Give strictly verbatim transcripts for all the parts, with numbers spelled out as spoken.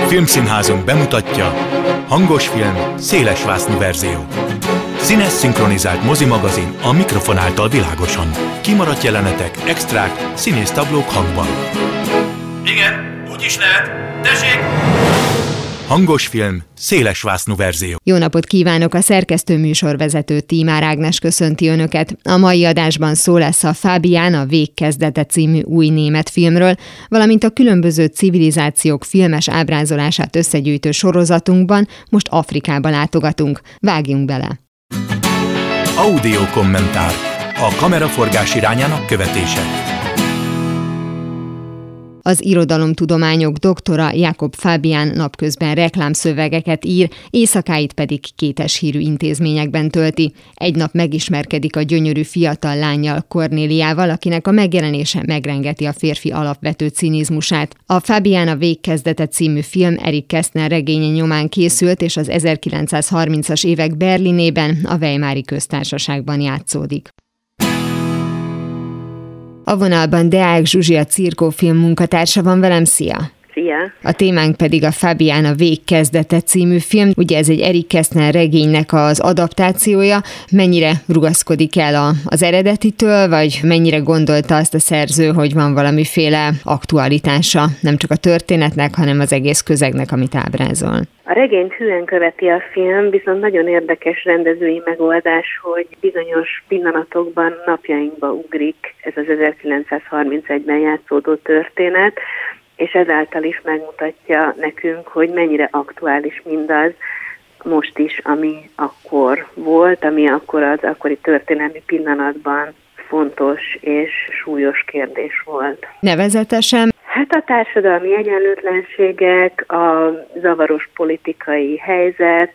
Filmszínházunk bemutatja hangos film, szélesvásznú verzió. Színes szinkronizált mozimagazin a mikrofon által világosan. Kimaradt jelenetek, extrák, színésztablók hangban. Igen, úgy is lehet. Tessék! Hangos film, szélesvásznú verzió. Jó napot kívánok! A szerkesztő műsorvezető Tímár Ágnes köszönti Önöket. A mai adásban szó lesz a Fábián a Végkezdete című új német filmről, valamint a különböző civilizációk filmes ábrázolását összegyűjtő sorozatunkban most Afrikába látogatunk. Vágjunk bele! Audio kommentár. A kameraforgás irányának követése. Az irodalomtudományok doktora Jakob Fábián napközben reklámszövegeket ír, éjszakáit pedig kéteshírű intézményekben tölti. Egy nap megismerkedik a gyönyörű fiatal lánnyal, Kornéliával, akinek a megjelenése megrengeti a férfi alapvető cinizmusát. A Fábián a Végkezdete című film Erich Kästner regénye nyomán készült, és az ezerkilencszázharmincas évek Berlinében, a Weimari Köztársaságban játszódik. A vonalban Deák Zsuzsi, a Cirkó film munkatársa van velem, szia! Szia! A témánk pedig a Fábián a Végkezdete című film. Ugye ez egy Erich Kästner regénynek az adaptációja. Mennyire rugaszkodik el a, az eredetitől, vagy mennyire gondolta azt a szerző, hogy van valamiféle aktualitása nem csak a történetnek, hanem az egész közegnek, amit ábrázol? A regényt hűen követi a film, viszont nagyon érdekes rendezői megoldás, hogy bizonyos pillanatokban napjainkba ugrik ez az ezerkilencszázharmincegyben játszódó történet, és ezáltal is megmutatja nekünk, hogy mennyire aktuális mindaz most is, ami akkor volt, ami akkor az akkori történelmi pillanatban fontos és súlyos kérdés volt. Nevezetesen? Hát a társadalmi egyenlőtlenségek, a zavaros politikai helyzet,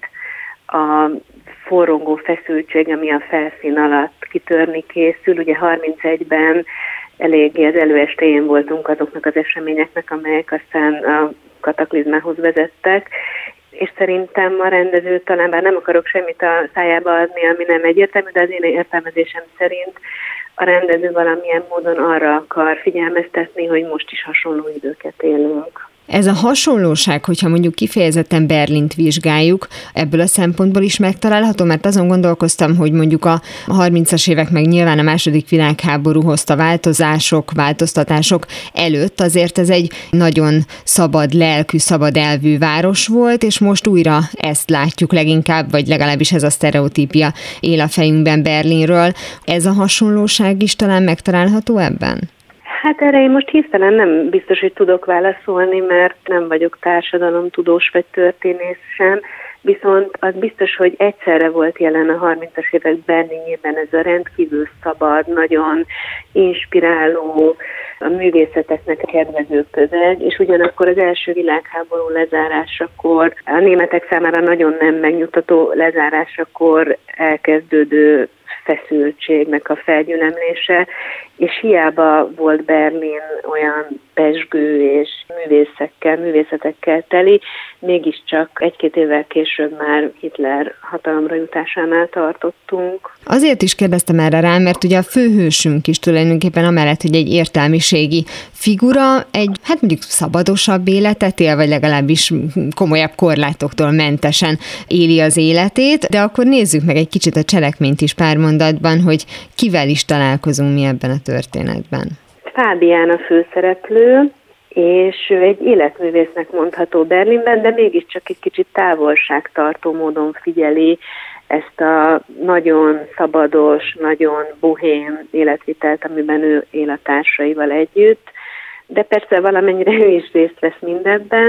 a forrongó feszültség, ami a felszín alatt kitörni készül. Ugye harmincegyben eléggé az előestéjén voltunk azoknak az eseményeknek, amelyek aztán a kataklizmához vezettek, és szerintem a rendező talán, bár nem akarok semmit a szájába adni, ami nem egyértelmű, de az én értelmezésem szerint a rendező valamilyen módon arra akar figyelmeztetni, hogy most is hasonló időket élünk. Ez a hasonlóság, hogyha mondjuk kifejezetten Berlint vizsgáljuk, ebből a szempontból is megtalálható, mert azon gondolkoztam, hogy mondjuk a harmincas évek meg nyilván a második világháború hozta változások, változtatások előtt azért ez egy nagyon szabad lelkű, szabad elvű város volt, és most újra ezt látjuk leginkább, vagy legalábbis ez a sztereotípia él a fejünkben Berlinről. Ez a hasonlóság is talán megtalálható ebben? Hát erre én most hirtelen nem biztos, hogy tudok válaszolni, mert nem vagyok társadalomtudós vagy történész sem, viszont az biztos, hogy egyszerre volt jelen a harmincas évek Berlinjében ez a rendkívül szabad, nagyon inspiráló, a művészeteknek kedvező közeg, és ugyanakkor az első világháború lezárásakor, a németek számára nagyon nem megnyugtató lezárásakor elkezdődő feszültségnek a felgyülemlése, és hiába volt Berlin olyan pezsgő és művészekkel, művészetekkel teli, mégiscsak egy-két évvel később már Hitler hatalomra jutásánál tartottunk. Azért is kérdeztem erre rá, mert ugye a főhősünk is tulajdonképpen amellett, hogy egy értelmiségi figura, egy, hát mondjuk szabadosabb életet él, vagy legalábbis komolyabb korlátoktól mentesen éli az életét, de akkor nézzük meg egy kicsit a cselekményt is pár mondatban, hogy kivel is találkozunk mi ebben a történetben. Fábián a főszereplő, és ő egy életművésznek mondható Berlinben, de mégiscsak egy kicsit távolságtartó módon figyeli ezt a nagyon szabados, nagyon bohém életvitelt, amiben ő él a társaival együtt, de persze valamennyire ő is részt vesz mindebben,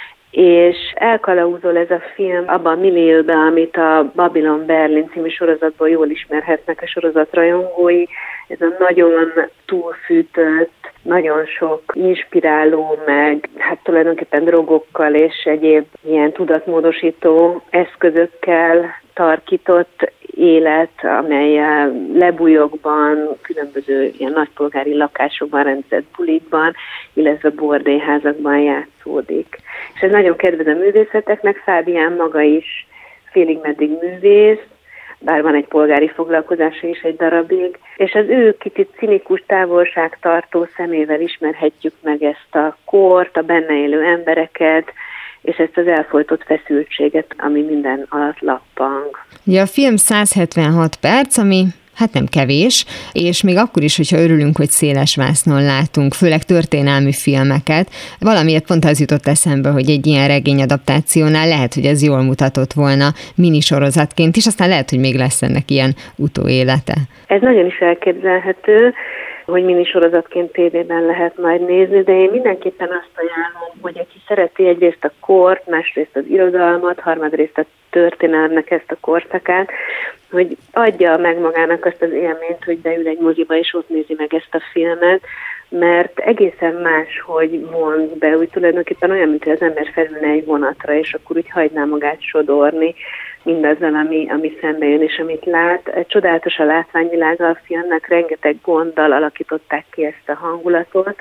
és elkalauzol ez a film abban a millióban, amit a Babylon Berlin című sorozatból jól ismerhetnek a sorozatrajongói. Ez a nagyon túlfűtött, nagyon sok inspiráló, meg hát tulajdonképpen drogokkal és egyéb ilyen tudatmódosító eszközökkel tarkított élet, amely lebújokban, különböző ilyen nagypolgári lakásokban rendezett bulikban, illetve bordélyházakban játszódik. És ez nagyon kedvez a művészeteknek, Fábián maga is félig meddig művész, bár van egy polgári foglalkozása is egy darabig, és az ő kicsit cinikus, távolságtartó szemével ismerhetjük meg ezt a kort, a benne élő embereket, és ezt az elfojtott feszültséget, ami minden alatt lappang. Ja, a film száz hetvenhat perc, ami hát nem kevés, és még akkor is, hogyha örülünk, hogy széles vásznon látunk, főleg történelmi filmeket. Valamiért pont az jutott eszembe, hogy egy ilyen regényadaptációnál lehet, hogy ez jól mutatott volna minisorozatként is, aztán lehet, hogy még lesz ennek ilyen utóélete. Ez nagyon is elképzelhető, hogy minisorozatként tévében lehet majd nézni, de én mindenképpen azt ajánlom, hogy aki szereti egyrészt a kort, másrészt az irodalmat, harmadrészt a történelmnek ezt a korszakát, hogy adja meg magának azt az élményt, hogy beül egy moziba és ott nézi meg ezt a filmet, mert egészen más, hogy vonz be, úgy tulajdonképpen olyan, mint hogy az ember felülne egy vonatra, és akkor úgy hagyná magát sodorni mindazzal, ami, ami szembe jön és amit lát. Csodálatos a látványvilága a filmnek, rengeteg gonddal alakították ki ezt a hangulatot,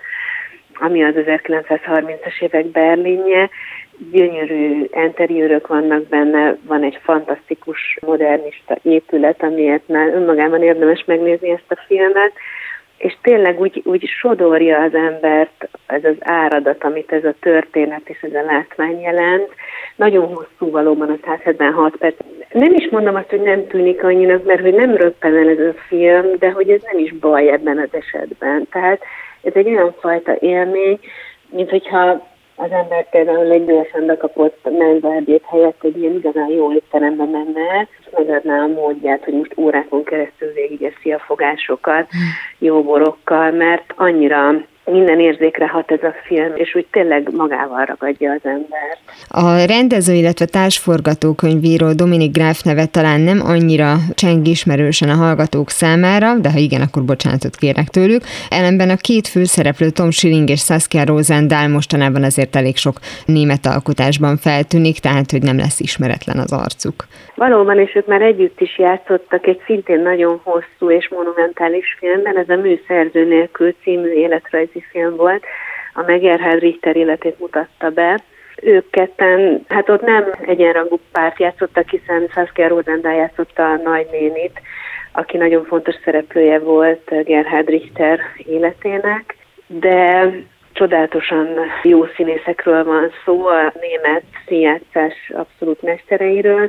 ami az ezerkilencszázharmincas évek Berlinje. Gyönyörű interiőrök vannak benne, van egy fantasztikus modernista épület, amiért már önmagában érdemes megnézni ezt a filmet, és tényleg úgy, úgy sodorja az embert ez az áradat, amit ez a történet és ez a látvány jelent. Nagyon hosszú valóban a száz hetvenhat perc. Nem is mondom azt, hogy nem tűnik annyinak, mert hogy nem röppen el ez a film, de hogy ez nem is baj ebben az esetben. Tehát ez egy olyan fajta élmény, mint hogyha az ember például egy gyorsan bekapott menve ebéd helyett egy ilyen igazán jó étterembe menne, és megadná a módját, hogy most órákon keresztül végigeszi a fogásokat jó borokkal, mert annyira minden érzékre hat ez a film, és úgy tényleg magával ragadja az embert. A rendező, illetve társforgatókönyvíró Dominik Graf neve talán nem annyira cseng ismerősen a hallgatók számára, de ha igen, akkor bocsánatot kérek tőlük. Ellenben a két főszereplő, Tom Schilling és Saskia Rosendahl mostanában azért elég sok német alkotásban feltűnik, tehát hogy nem lesz ismeretlen az arcuk. Valóban, és ők már együtt is játszottak egy szintén nagyon hosszú és monumentális filmben, ez a Műszerző nélkül című életrajzi film volt, amely Gerhard Richter életét mutatta be. Ők ketten, hát ott nem egyenrangú párt játszottak, hiszen Saskia Rosendahl játszotta a nagynénit, aki nagyon fontos szereplője volt Gerhard Richter életének, de csodálatosan jó színészekről van szó, a német színjátszás abszolút mestereiről,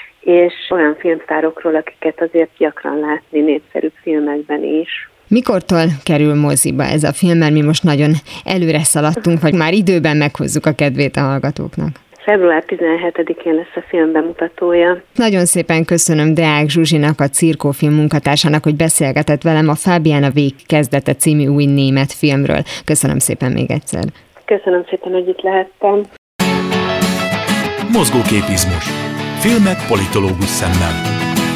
és olyan filmsztárokról, akiket azért gyakran látni népszerűbb filmekben is. Mikortól kerül moziba ez a film, mert mi most nagyon előre szaladtunk, vagy már időben meghozzuk a kedvét a hallgatóknak? február tizenhetedikén lesz a film bemutatója. Nagyon szépen köszönöm Deák Zsuzsinak, a Cirkó Film munkatársának, hogy beszélgetett velem a Fábián a vég kezdete című új német filmről. Köszönöm szépen még egyszer. Köszönöm szépen, hogy itt lehettem. Mozgóképizmus. Filmek politológus szemmel.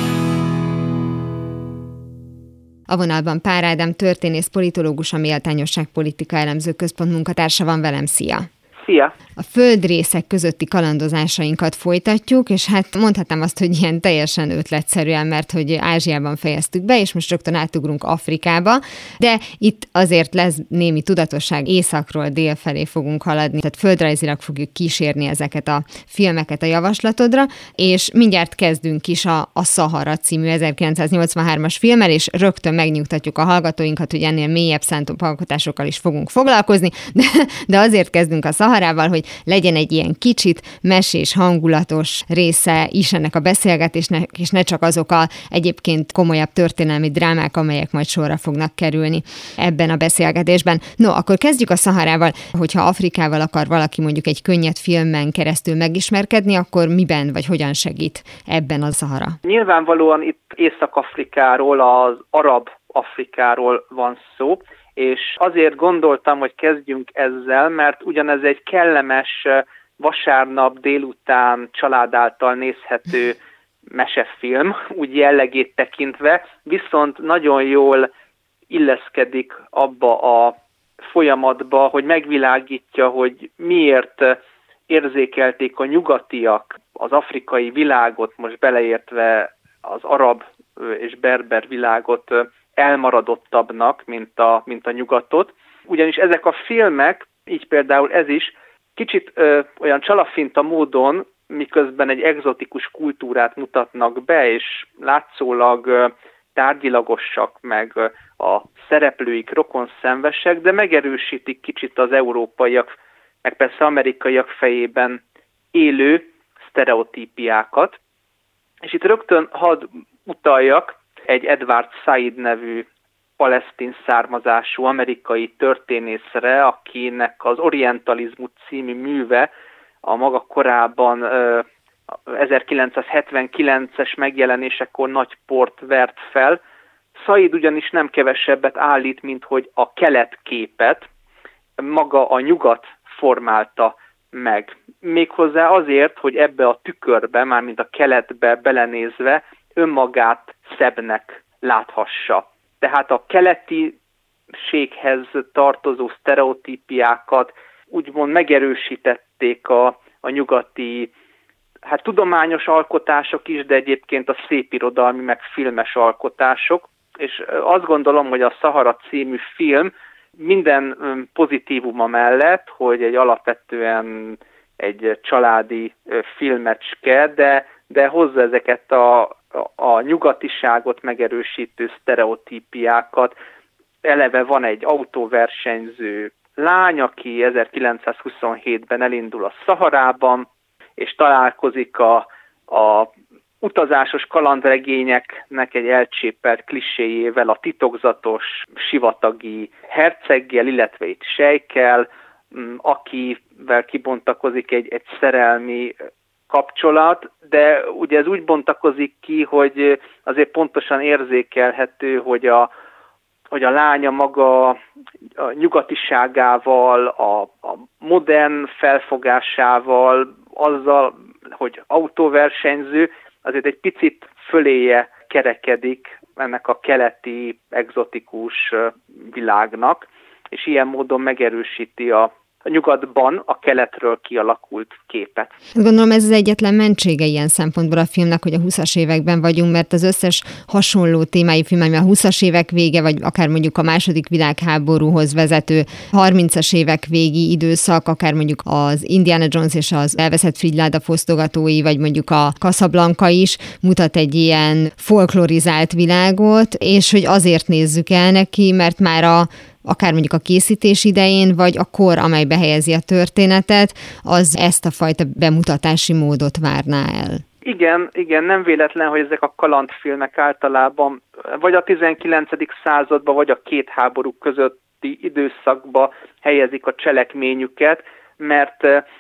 A vonalban Pár Ádám történész, politológus, a Méltányosság Politika Elemző Központ munkatársa van velem. Szia! Szia! A földrészek közötti kalandozásainkat folytatjuk, és hát mondhatnám azt, hogy ilyen teljesen ötletszerűen, mert hogy Ázsiában fejeztük be, és most rögtön átugrunk Afrikába, de itt azért lesz némi tudatosság, északról dél felé fogunk haladni, tehát földrajzilag fogjuk kísérni ezeket a filmeket a javaslatodra, és mindjárt kezdünk is a, a Szahara című ezerkilencszáznyolcvanhármas filmmel, és rögtön megnyugtatjuk a hallgatóinkat, hogy ennél mélyebb szántóbb alkotásokkal is fogunk foglalkozni, de, de azért kezdünk a Szaharával, hogy legyen egy ilyen kicsit mesés, hangulatos része is ennek a beszélgetésnek, és ne csak azok a egyébként komolyabb történelmi drámák, amelyek majd sorra fognak kerülni ebben a beszélgetésben. No, akkor kezdjük a Szaharával. Hogyha Afrikával akar valaki mondjuk egy könnyed filmen keresztül megismerkedni, akkor miben vagy hogyan segít ebben a Szahara? Nyilvánvalóan itt Észak-Afrikáról, az arab Afrikáról van szó, és azért gondoltam, hogy kezdjünk ezzel, mert ugyanez egy kellemes vasárnap délután család által nézhető mesefilm, úgy jellegét tekintve, viszont nagyon jól illeszkedik abba a folyamatba, hogy megvilágítja, hogy miért érzékelték a nyugatiak az afrikai világot, most beleértve az arab és berber világot elmaradottabbnak, mint a, mint a nyugatot. Ugyanis ezek a filmek, így például ez is, kicsit ö, olyan csalafinta módon, miközben egy egzotikus kultúrát mutatnak be, és látszólag ö, tárgyilagosak, meg ö, a szereplőik rokonszenvesek, de megerősítik kicsit az európaiak, meg persze amerikaiak fejében élő sztereotípiákat. És itt rögtön hadd utaljak egy Edward Said nevű palesztin származású amerikai történészre, akinek az Orientalizmus című műve a maga korában ezerkilencszázhetvenkilences megjelenésekor nagy port vert fel. Said ugyanis nem kevesebbet állít, mint hogy a keletképet maga a nyugat formálta meg. Méghozzá azért, hogy ebbe a tükörbe, mármint a keletbe belenézve önmagát szebbnek láthassa. Tehát a keletiséghez tartozó sztereotípiákat úgymond megerősítették a, a nyugati, hát tudományos alkotások is, de egyébként a szépirodalmi meg filmes alkotások. És azt gondolom, hogy a Szahara című film minden pozitívuma mellett, hogy egy alapvetően egy családi filmecske, de, de hozza ezeket a, a, a nyugatiságot megerősítő sztereotípiákat. Eleve van egy autóversenyző lány, aki ezerkilencszázhuszonhétben elindul a Szaharában, és találkozik a, a utazásos kalandregényeknek egy elcsépelt kliséjével, a titokzatos sivatagi herceggel, illetve egy sejkkel, akivel kibontakozik egy, egy szerelmi kapcsolat, de ugye ez úgy bontakozik ki, hogy azért pontosan érzékelhető, hogy a, hogy a lánya maga a nyugatiságával, a, a modern felfogásával, azzal, hogy autóversenyző, azért egy picit föléje kerekedik ennek a keleti, egzotikus világnak, és ilyen módon megerősíti a, a nyugatban a keletről kialakult képet. Gondolom ez az egyetlen mentsége ilyen szempontból a filmnek, hogy a húszas években vagyunk, mert az összes hasonló témájú film, ami a húszas évek vége, vagy akár mondjuk a második világháborúhoz vezető harmincas évek végi időszak, akár mondjuk az Indiana Jones és az elveszett Frigyláda fosztogatói, vagy mondjuk a Casablanca is mutat egy ilyen folklorizált világot, és hogy azért nézzük el neki, mert már a akár mondjuk a készítés idején, vagy a kor, amely behelyezi a történetet, az ezt a fajta bemutatási módot várná el. Igen, igen, nem véletlen, hogy ezek a kalandfilmek általában vagy a tizenkilencedik században, vagy a két háború közötti időszakba helyezik a cselekményüket, mert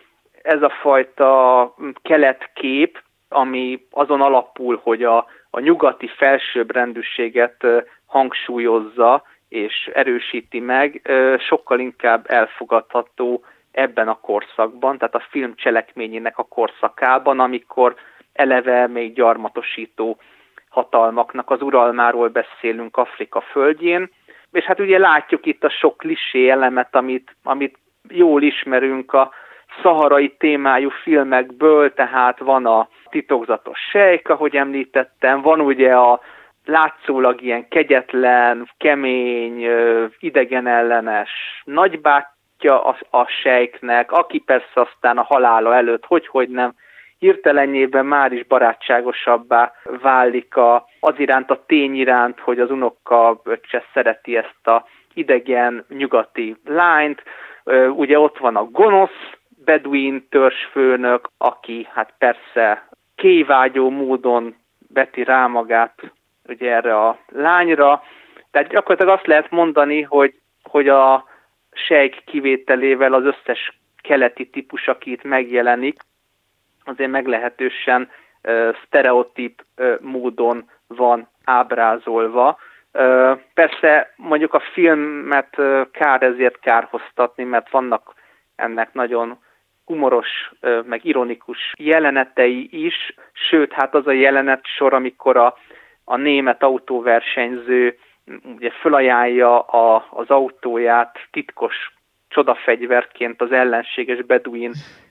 ez a fajta keletkép, ami azon alapul, hogy a, a nyugati felsőbbrendűséget hangsúlyozza, és erősíti meg, sokkal inkább elfogadható ebben a korszakban, tehát a film cselekményének a korszakában, amikor eleve még gyarmatosító hatalmaknak az uralmáról beszélünk Afrika földjén, és hát ugye látjuk itt a sok klisé elemet, amit, amit jól ismerünk a szaharai témájú filmekből, tehát van a titokzatos sejk, ahogy említettem, van ugye a látszólag ilyen kegyetlen, kemény, idegenellenes nagybátyja a, a sejknek, aki persze aztán a halála előtt, hogy-hogy nem, hirtelenjében már is barátságosabbá válik a, az iránt, a tény iránt, hogy az unoka öccse szereti ezt a idegen nyugati lányt. Ugye ott van a gonosz beduin törzsfőnök, aki hát persze kévágyó módon veti rá magát ugye erre a lányra. Tehát gyakorlatilag azt lehet mondani, hogy, hogy a sejk kivételével az összes keleti típus, aki itt megjelenik, azért meglehetősen uh, sztereotíp uh, módon van ábrázolva. Uh, persze mondjuk a filmet uh, kár ezért kárhoztatni, mert vannak ennek nagyon humoros, uh, meg ironikus jelenetei is, sőt, hát az a jelenet sor, amikor a a német autóversenyző ugye fölajánlja a, az autóját titkos csodafegyverként az ellenséges beduin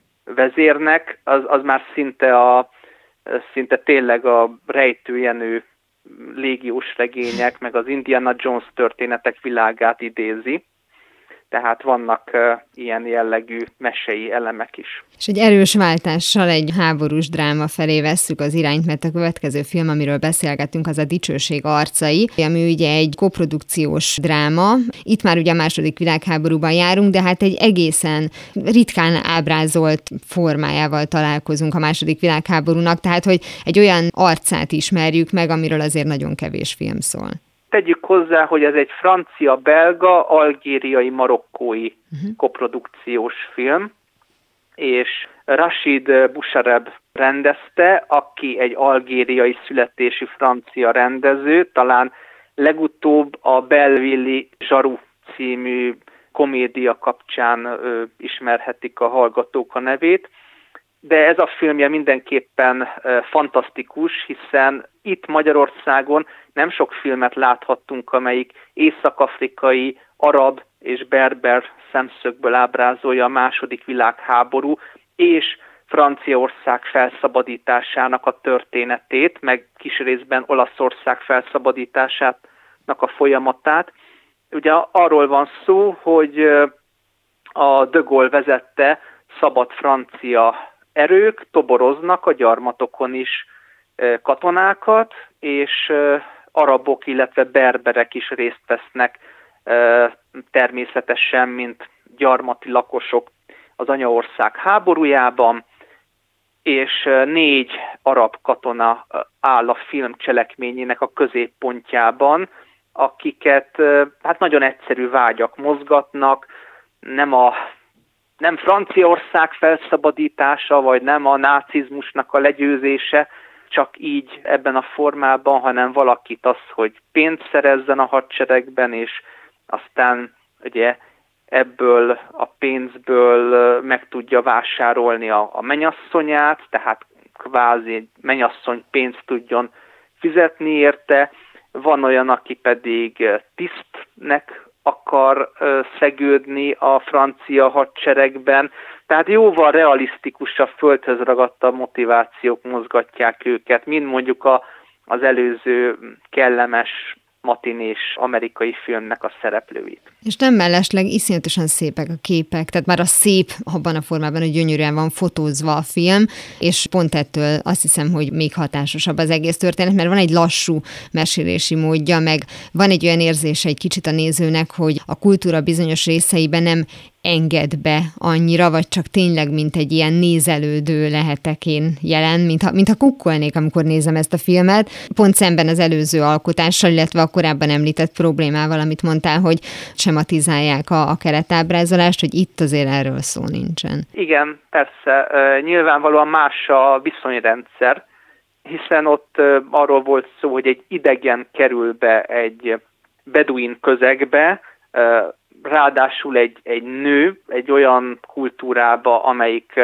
vezérnek, az, az már szinte, a, szinte tényleg a rejtőjenő légiós regények, meg az Indiana Jones történetek világát idézi. tehát vannak uh, ilyen jellegű mesei elemek is. És egy erős váltással egy háborús dráma felé vesszük az irányt, mert a következő film, amiről beszélgetünk, az a Dicsőség arcai, ami ugye egy koprodukciós dráma. Itt már ugye a második világháborúban járunk, de hát egy egészen ritkán ábrázolt formájával találkozunk a második világháborúnak, tehát hogy egy olyan arcát ismerjük meg, amiről azért nagyon kevés film szól. Tegyük hozzá, hogy ez egy francia-belga, algériai, marokkói uh-huh. koprodukciós film, és Rachid Bouchareb rendezte, aki egy algériai születésű francia rendező, talán legutóbb a Belleville Zsaru című komédia kapcsán ö, ismerhetik a hallgatók a nevét, de ez a filmje mindenképpen ö, fantasztikus, hiszen itt Magyarországon nem sok filmet láthattunk, amelyik észak-afrikai, arab és berber szemszögből ábrázolja a második világháború és Franciaország felszabadításának a történetét, meg kis részben Olaszország felszabadításának a folyamatát. Ugye arról van szó, hogy a de Gaulle vezette szabad francia erők toboroznak a gyarmatokon is katonákat, és arabok, illetve berberek is részt vesznek természetesen, mint gyarmati lakosok az anyaország háborújában, és négy arab katona áll a film cselekményének a középpontjában, akiket hát nagyon egyszerű vágyak mozgatnak, nem a nem Franciaország felszabadítása, vagy nem a nácizmusnak a legyőzése, csak így ebben a formában, hanem valakit az, hogy pénzt szerezzen a hadseregben, és aztán ugye ebből a pénzből meg tudja vásárolni a, a mennyasszonyát, tehát kvázi egy mennyasszony pénzt tudjon fizetni érte. Van olyan, aki pedig tisztnek akar szegődni a francia hadseregben, tehát jóval realisztikusabb, földhöz ragadtabb motivációk mozgatják őket, mint mondjuk a, az előző kellemes matinés amerikai filmnek a szereplőit. És nem mellesleg iszonyatosan szépek a képek, tehát már a szép abban a formában, hogy gyönyörűen van fotózva a film, és pont ettől azt hiszem, hogy még hatásosabb az egész történet, mert van egy lassú mesélési módja, meg van egy olyan érzése egy kicsit a nézőnek, hogy a kultúra bizonyos részeiben nem enged be annyira, vagy csak tényleg, mint egy ilyen nézelődő lehetek én jelen, mintha, mintha kukkolnék, amikor nézem ezt a filmet. Pont szemben az előző alkotással, illetve a korábban említett problémával, amit mondtál, hogy sematizálják a, a keretábrázolást, hogy itt azért erről szó nincsen. Igen, persze. Nyilvánvalóan más a viszonyrendszer, hiszen ott arról volt szó, hogy egy idegen kerül be egy beduin közegbe, ráadásul egy, egy nő, egy olyan kultúrába, amelyik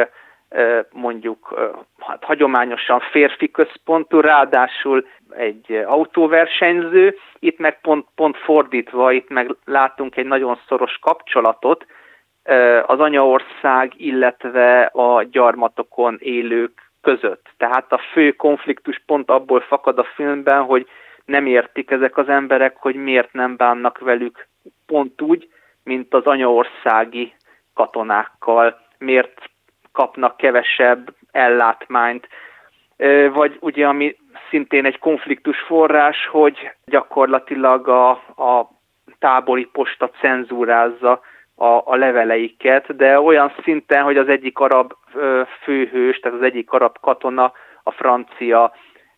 mondjuk hát, hagyományosan férfi központú, ráadásul egy autóversenyző, itt meg pont, pont fordítva, itt meg látunk egy nagyon szoros kapcsolatot az anyaország, illetve a gyarmatokon élők között. Tehát a fő konfliktus pont abból fakad a filmben, hogy nem értik ezek az emberek, hogy miért nem bánnak velük pont úgy, mint az anyaországi katonákkal, miért kapnak kevesebb ellátmányt, vagy ugye, ami szintén egy konfliktus forrás, hogy gyakorlatilag a, a tábori posta cenzúrázza a, a leveleiket, de olyan szinten, hogy az egyik arab főhős, tehát az egyik arab katona a francia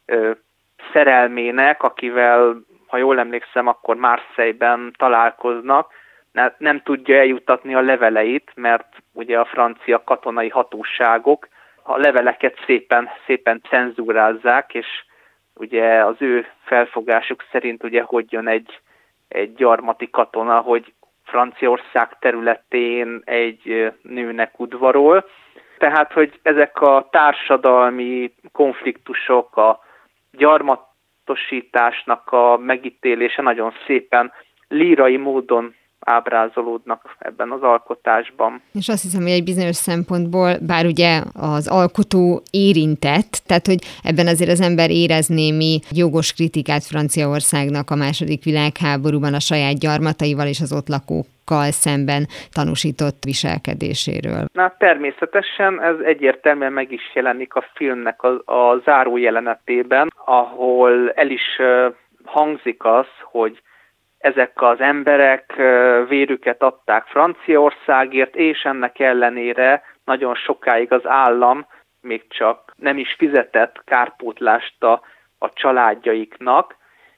szerelmének, akivel, ha jól emlékszem, akkor Marseille-ben találkoznak, nem tudja eljutatni a leveleit, mert ugye a francia katonai hatóságok a leveleket szépen, szépen cenzúrázzák, és ugye az ő felfogásuk szerint ugye hogy jön egy, egy gyarmati katona, hogy Franciaország területén egy nőnek udvarol. Tehát, hogy ezek a társadalmi konfliktusok, a gyarmatosításnak a megítélése nagyon szépen lírai módon ábrázolódnak ebben az alkotásban. És azt hiszem, hogy egy bizonyos szempontból, bár ugye az alkotó érintett, tehát hogy ebben azért az ember érez némi jogos kritikát Franciaországnak a második világháborúban a saját gyarmataival és az ott lakók másokkal szemben tanúsított viselkedéséről. Na, természetesen ez egyértelműen meg is jelenik a filmnek a, a záró jelenetében, ahol el is hangzik az, hogy ezek az emberek vérüket adták Franciaországért, és ennek ellenére nagyon sokáig az állam még csak nem is fizetett kárpótlást a, a családjaiknak,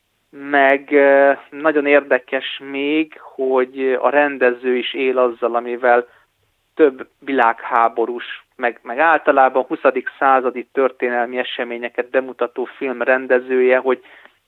meg nagyon érdekes még, hogy a rendező is él azzal, amivel több világháborús, meg, meg általában huszadik századi történelmi eseményeket bemutató film rendezője, hogy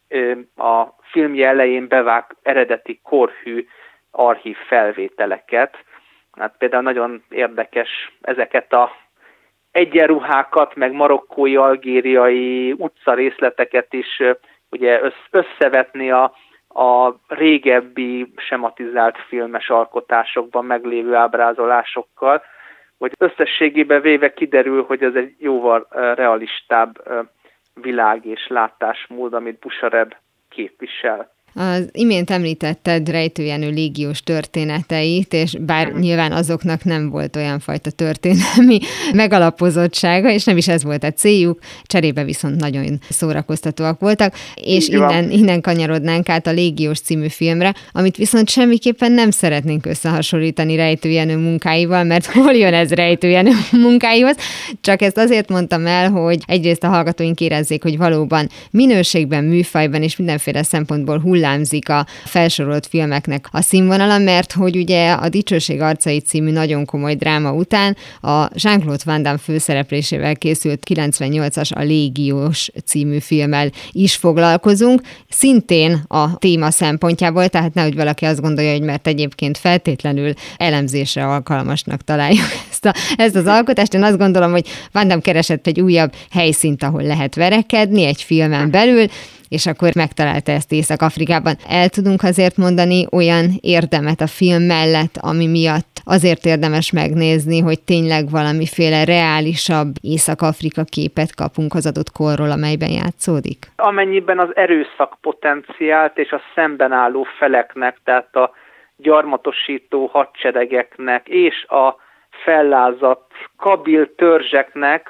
a filmje elején bevág eredeti korhű archív felvételeket. Hát például nagyon érdekes ezeket a egyenruhákat, meg marokkói, algériai utcarészleteket is ugye összevetni a, a régebbi sematizált filmes alkotásokban meglévő ábrázolásokkal, hogy összességében véve kiderül, hogy ez egy jóval realistább világ és látásmód, amit Buchareb képvisel. Az imént említetted Rejtő Jenő légiós történeteit, és bár nyilván azoknak nem volt olyan fajta történelmi megalapozottsága, és nem is ez volt a céljuk, cserébe viszont nagyon szórakoztatóak voltak, és innen, innen kanyarodnánk át a Légiós című filmre, amit viszont semmiképpen nem szeretnénk összehasonlítani Rejtő Jenő munkáival, mert hol jön ez Rejtő Jenő munkáihoz, csak ezt azért mondtam el, hogy egyrészt a hallgatóink érezzék, hogy valóban minőségben, műfajban és mindenféle szempontból hullám a felsorolt filmeknek a színvonala, mert hogy ugye a Dicsőség arcai című nagyon komoly dráma után a Jean-Claude Van Damme főszereplésével készült kilencvennyolcas a Légiós című filmmel is foglalkozunk, szintén a téma szempontjából, tehát nehogy valaki azt gondolja, hogy mert egyébként feltétlenül elemzésre alkalmasnak találjuk ezt, a, ezt az alkotást. Én azt gondolom, hogy Van Damme keresett egy újabb helyszínt, ahol lehet verekedni egy filmen belül, és akkor megtalálta ezt Észak-Afrikában. El tudunk azért mondani olyan érdemet a film mellett, ami miatt azért érdemes megnézni, hogy tényleg valamiféle reálisabb Észak-Afrika képet kapunk az adott korról, amelyben játszódik? Amennyiben az erőszak potenciált és a szemben álló feleknek, tehát a gyarmatosító hadseregeknek és a fellázadt kabil törzseknek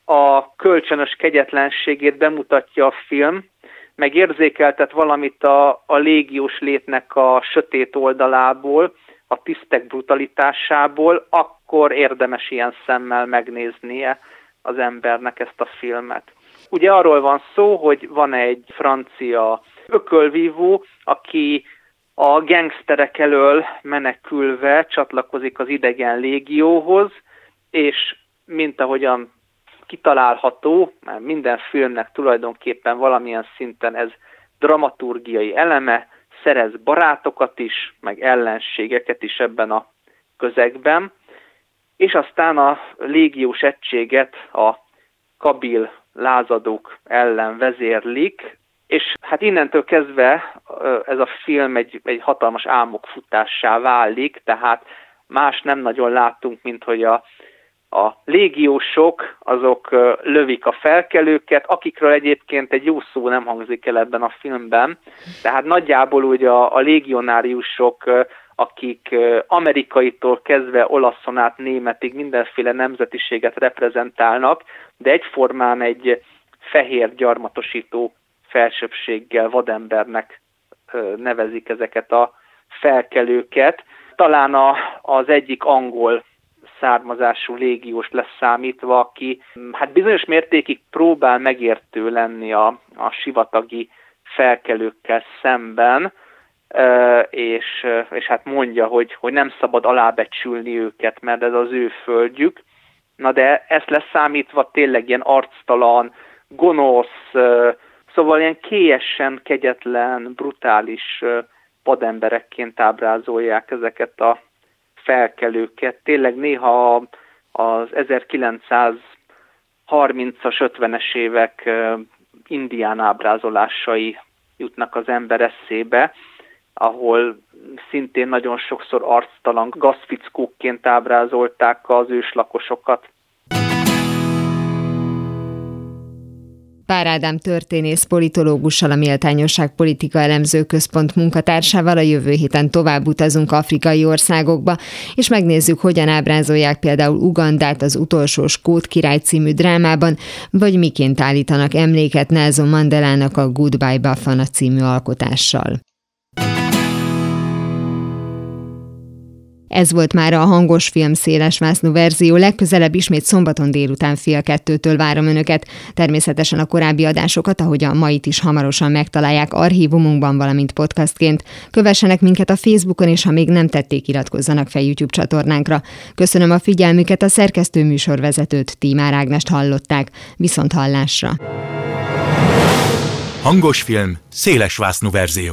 a kölcsönös kegyetlenségét bemutatja a film, meg érzékeltet valamit a, a légiós létnek a sötét oldalából, a tisztek brutalitásából, akkor érdemes ilyen szemmel megnéznie az embernek ezt a filmet. Ugye arról van szó, hogy van egy francia ökölvívó, aki a gengszterek elől menekülve csatlakozik az idegen légióhoz, és mint ahogyan kitalálható, mert minden filmnek tulajdonképpen valamilyen szinten ez dramaturgiai eleme, szerez barátokat is, meg ellenségeket is ebben a közegben, és aztán a légiós egységet a kabil lázadók ellen vezérlik, és hát innentől kezdve ez a film egy, egy hatalmas álmokfutássá válik, tehát más nem nagyon láttunk, mint hogy a A légiósok azok lövik a felkelőket, akikről egyébként egy jó szó nem hangzik el ebben a filmben. Tehát nagyjából ugye a, a légionáriusok, akik amerikaitól kezdve olaszon át németig mindenféle nemzetiséget reprezentálnak, de egyformán egy fehér gyarmatosító felsőbbséggel vadembernek nevezik ezeket a felkelőket. Talán a, az egyik angol származású légiós leszámítva, aki hát bizonyos mértékig próbál megértő lenni a, a sivatagi felkelőkkel szemben, és, és hát mondja, hogy, hogy nem szabad alábecsülni őket, mert ez az ő földjük. Na de ezt leszámítva tényleg ilyen arctalan, gonosz, szóval ilyen kélyesen, kegyetlen, brutális vademberekként ábrázolják ezeket a felkelőket. Tényleg néha az ezerkilencszázharmincas, ötvenes évek indián ábrázolásai jutnak az ember eszébe, ahol szintén nagyon sokszor arctalan gazfickókként ábrázolták az őslakosokat. Pár Ádám történész politológussal, a Méltányosság Politika Elemző Központ munkatársával a jövő héten tovább utazunk afrikai országokba, és megnézzük, hogyan ábrázolják például Ugandát az Utolsó Skót király című drámában, vagy miként állítanak emléket Nelson Mandelának a Goodbye Bafana című alkotással. Ez volt már a Hangos Film szélesvásznú verzió, legközelebb ismét szombaton délután fél kettőtől várom Önöket. Természetesen a korábbi adásokat, ahogy a mait is hamarosan megtalálják archívumunkban, valamint podcastként. Kövessenek minket a Facebookon, és ha még nem tették, iratkozzanak fel YouTube csatornánkra. Köszönöm a figyelmüket, a szerkesztő műsorvezetőt, Tímár Ágnest hallották. Viszont hallásra! Hangos Film szélesvásznú verzió.